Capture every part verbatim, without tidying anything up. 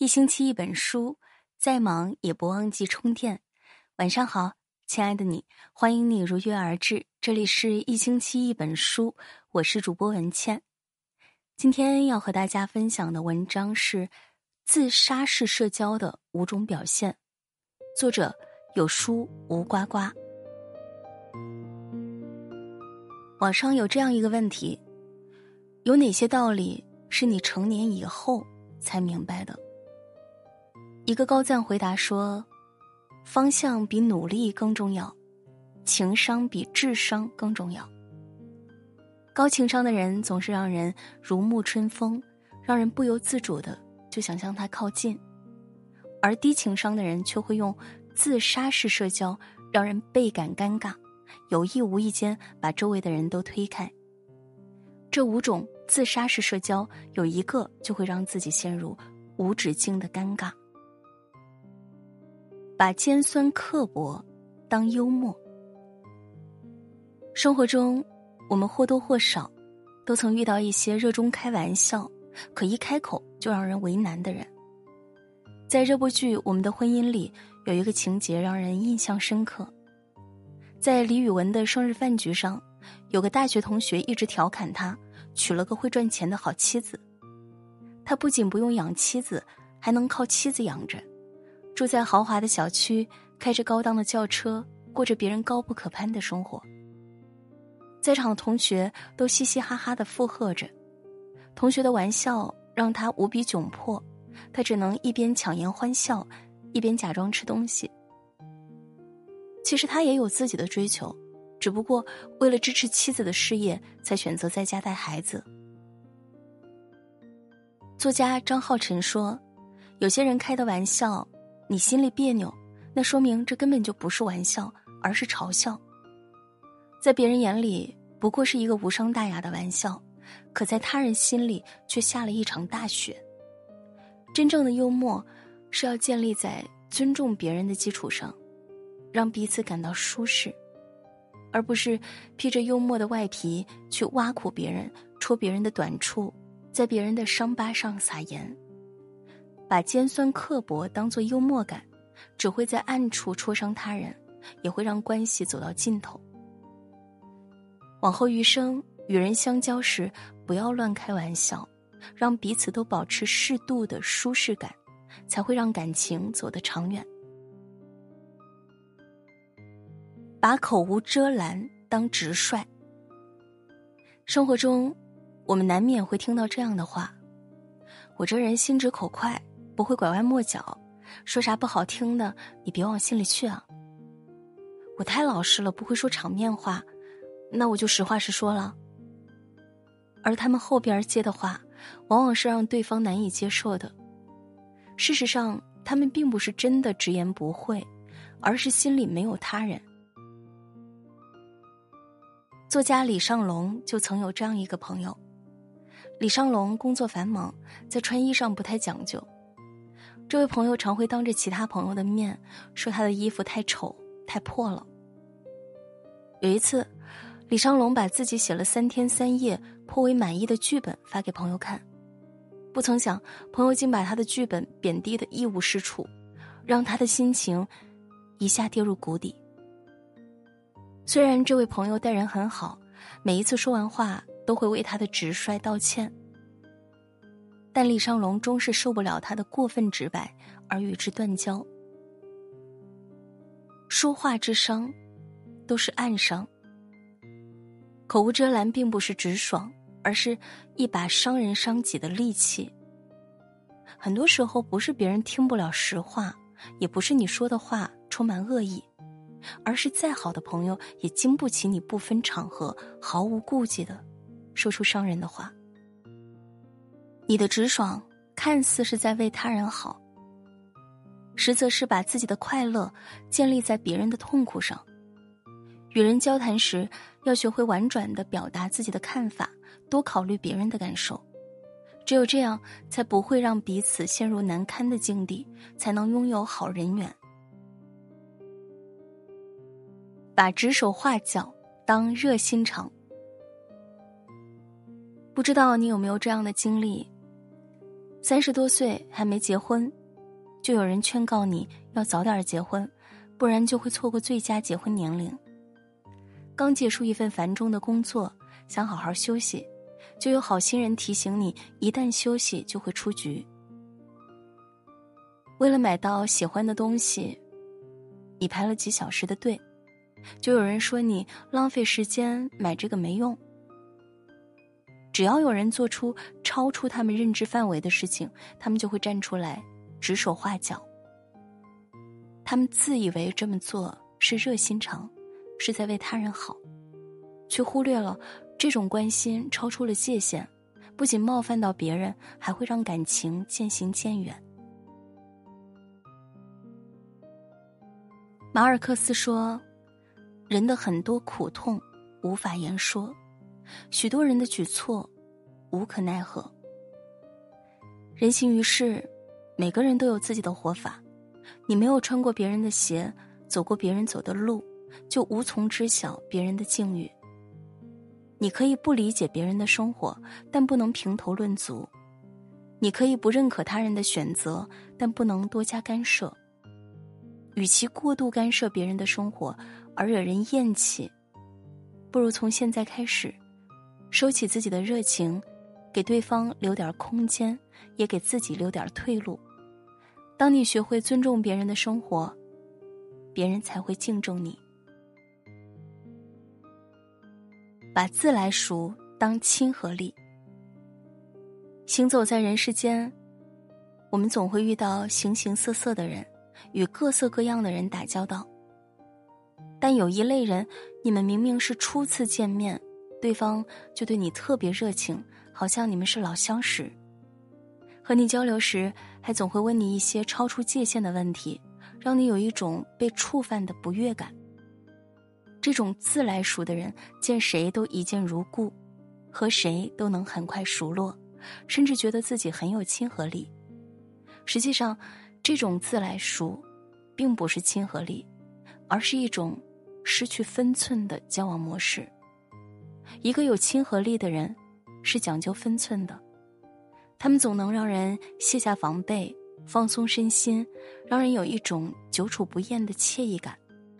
一星期一本书，再忙也不忘记充电。晚上好，亲爱的你，欢迎你如约而至，这里是一星期一本书，我是主播文倩。今天要和大家分享的文章是自杀式社交的五种表现，作者有书无呱呱。网上有这样一个问题，有哪些道理是你成年以后才明白的？一个高赞回答说，方向比努力更重要，情商比智商更重要。高情商的人总是让人如沐春风，让人不由自主的就想向他靠近，而低情商的人却会用自杀式社交让人倍感尴尬，有意无意间把周围的人都推开。这五种自杀式社交有一个就会让自己陷入无止境的尴尬。把尖酸刻薄当幽默。生活中我们或多或少都曾遇到一些热衷开玩笑，可一开口就让人为难的人。在这部剧《我们的婚姻》里，有一个情节让人印象深刻。在李宇文的生日饭局上，有个大学同学一直调侃他娶了个会赚钱的好妻子。他不仅不用养妻子，还能靠妻子养着，住在豪华的小区，开着高档的轿车，过着别人高不可攀的生活。在场的同学都嘻嘻哈哈地附和着，同学的玩笑让他无比窘迫，他只能一边强颜欢笑，一边假装吃东西。其实他也有自己的追求，只不过为了支持妻子的事业，才选择在家带孩子。作家张浩晨说，有些人开的玩笑你心里别扭，那说明这根本就不是玩笑，而是嘲笑。在别人眼里不过是一个无伤大雅的玩笑，可在他人心里却下了一场大雪。真正的幽默是要建立在尊重别人的基础上，让彼此感到舒适，而不是披着幽默的外皮去挖苦别人，戳别人的短处，在别人的伤疤上撒盐。把尖酸刻薄当作幽默感，只会在暗处戳伤他人，也会让关系走到尽头。往后余生，与人相交时不要乱开玩笑，让彼此都保持适度的舒适感，才会让感情走得长远。把口无遮拦当直率。生活中我们难免会听到这样的话，我这人心直口快，不会拐弯抹角，说啥不好听的你别往心里去啊。我太老实了，不会说场面话，那我就实话实说了。而他们后边接的话往往是让对方难以接受的。事实上他们并不是真的直言不讳，而是心里没有他人。作家李尚龙就曾有这样一个朋友。李尚龙工作繁忙，在穿衣上不太讲究。这位朋友常会当着其他朋友的面说他的衣服太丑太破了。有一次，李尚龙把自己写了三天三夜颇为满意的剧本发给朋友看，不曾想朋友竟把他的剧本贬低得一无是处，让他的心情一下跌入谷底。虽然这位朋友待人很好，每一次说完话都会为他的直率道歉，但李尚龙终是受不了他的过分直白，而与之断交。说话之伤都是暗伤，口无遮拦并不是直爽，而是一把伤人伤己的利器。很多时候不是别人听不了实话，也不是你说的话充满恶意，而是再好的朋友也经不起你不分场合毫无顾忌的说出伤人的话。你的直爽看似是在为他人好，实则是把自己的快乐建立在别人的痛苦上。与人交谈时要学会婉转地表达自己的看法，多考虑别人的感受，只有这样才不会让彼此陷入难堪的境地，才能拥有好人缘。把指手画脚当热心肠。不知道你有没有这样的经历， 三十多岁还没结婚，就有人劝告你要早点结婚，不然就会错过最佳结婚年龄。刚结束一份繁重的工作，想好好休息，就有好心人提醒你，一旦休息就会出局。为了买到喜欢的东西，你排了几小时的队，就有人说你浪费时间，买这个没用。只要有人做出超出他们认知范围的事情，他们就会站出来指手画脚。他们自以为这么做是热心肠，是在为他人好，却忽略了这种关心超出了界限，不仅冒犯到别人，还会让感情渐行渐远。马尔克斯说，人的很多苦痛无法言说，许多人的举措无可奈何。人行于世，每个人都有自己的活法，你没有穿过别人的鞋，走过别人走的路，就无从知晓别人的境遇。你可以不理解别人的生活，但不能评头论足。你可以不认可他人的选择，但不能多加干涉。与其过度干涉别人的生活而惹人厌弃，不如从现在开始收起自己的热情，给对方留点空间，也给自己留点退路。当你学会尊重别人的生活，别人才会敬重你。把自来熟当亲和力。行走在人世间，我们总会遇到形形色色的人，与各色各样的人打交道。但有一类人，你们明明是初次见面，对方就对你特别热情，好像你们是老相识。和你交流时，还总会问你一些超出界限的问题，让你有一种被触犯的不悦感。这种自来熟的人，见谁都一见如故，和谁都能很快熟络，甚至觉得自己很有亲和力。实际上，这种自来熟并不是亲和力，而是一种失去分寸的交往模式。一个有亲和力的人是讲究分寸的，他们总能让人卸下防备，放松身心，让人有一种久处不厌的惬意感。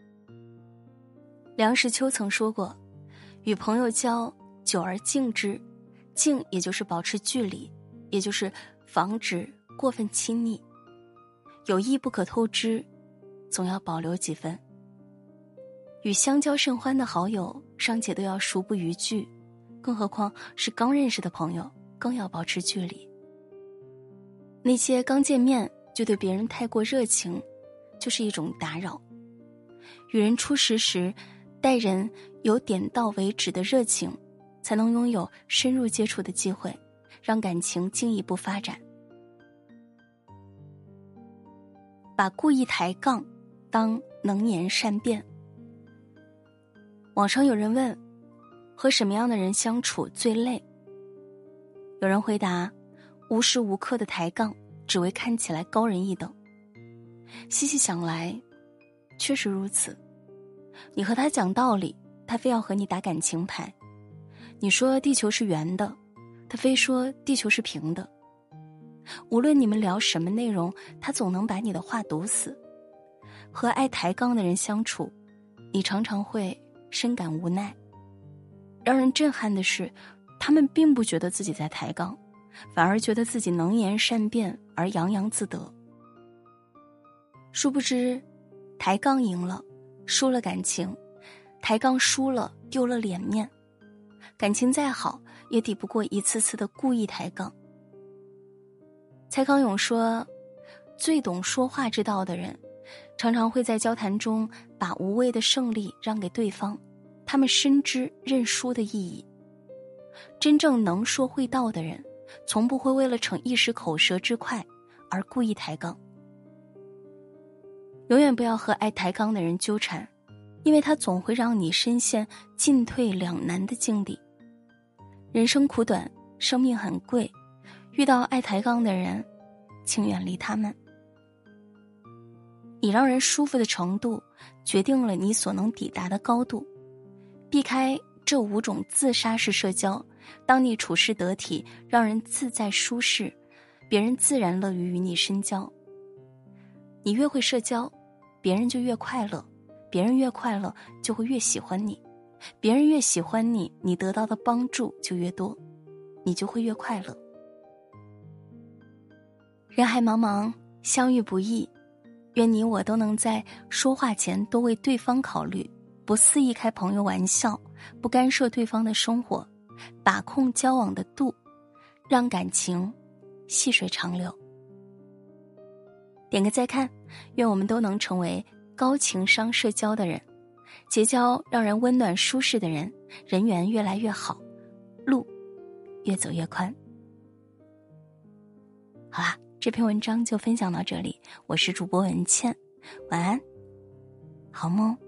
梁实秋曾说过，与朋友交，久而敬之，敬也就是保持距离，也就是防止过分亲密。有意不可透支，总要保留几分。与相交甚欢的好友，尚且都要熟不逾矩，更何况是刚认识的朋友，更要保持距离。那些刚见面就对别人太过热情，就是一种打扰。与人初识时，待人有点到为止的热情，才能拥有深入接触的机会，让感情进一步发展。把故意抬杠当能言善辩。网上有人问，和什么样的人相处最累？有人回答，无时无刻的抬杠，只为看起来高人一等。细细想来，确实如此。你和他讲道理，他非要和你打感情牌。你说地球是圆的，他非说地球是平的。无论你们聊什么内容，他总能把你的话堵死。和爱抬杠的人相处，你常常会深感无奈。让人震撼的是，他们并不觉得自己在抬杠，反而觉得自己能言善辩而洋洋自得。殊不知，抬杠赢了，输了感情；抬杠输了，丢了脸面。感情再好，也抵不过一次次的故意抬杠。蔡康永说，最懂说话之道的人，常常会在交谈中把无谓的胜利让给对方，他们深知认输的意义。真正能说会道的人，从不会为了逞一时口舌之快而故意抬杠。永远不要和爱抬杠的人纠缠，因为他总会让你深陷进退两难的境地。人生苦短，生命很贵，遇到爱抬杠的人，请远离他们。你让人舒服的程度，决定了你所能抵达的高度。避开这五种自杀式社交，当你处事得体，让人自在舒适， 别人自然乐于与你深交。你越会社交，别人就越快乐，别人越快乐就会越喜欢你，别人越喜欢你，你得到的帮助就越多，你就会越快乐。人海茫茫，相遇不易，愿你我都能在说话前多为对方考虑，不肆意开朋友玩笑，不干涉对方的生活，把控交往的度，让感情细水长流。点个再看，愿我们都能成为高情商社交的人，结交让人温暖舒适的人，人缘越来越好，路越走越宽。好啦，这篇文章就分享到这里，我是主播文倩，晚安，好梦。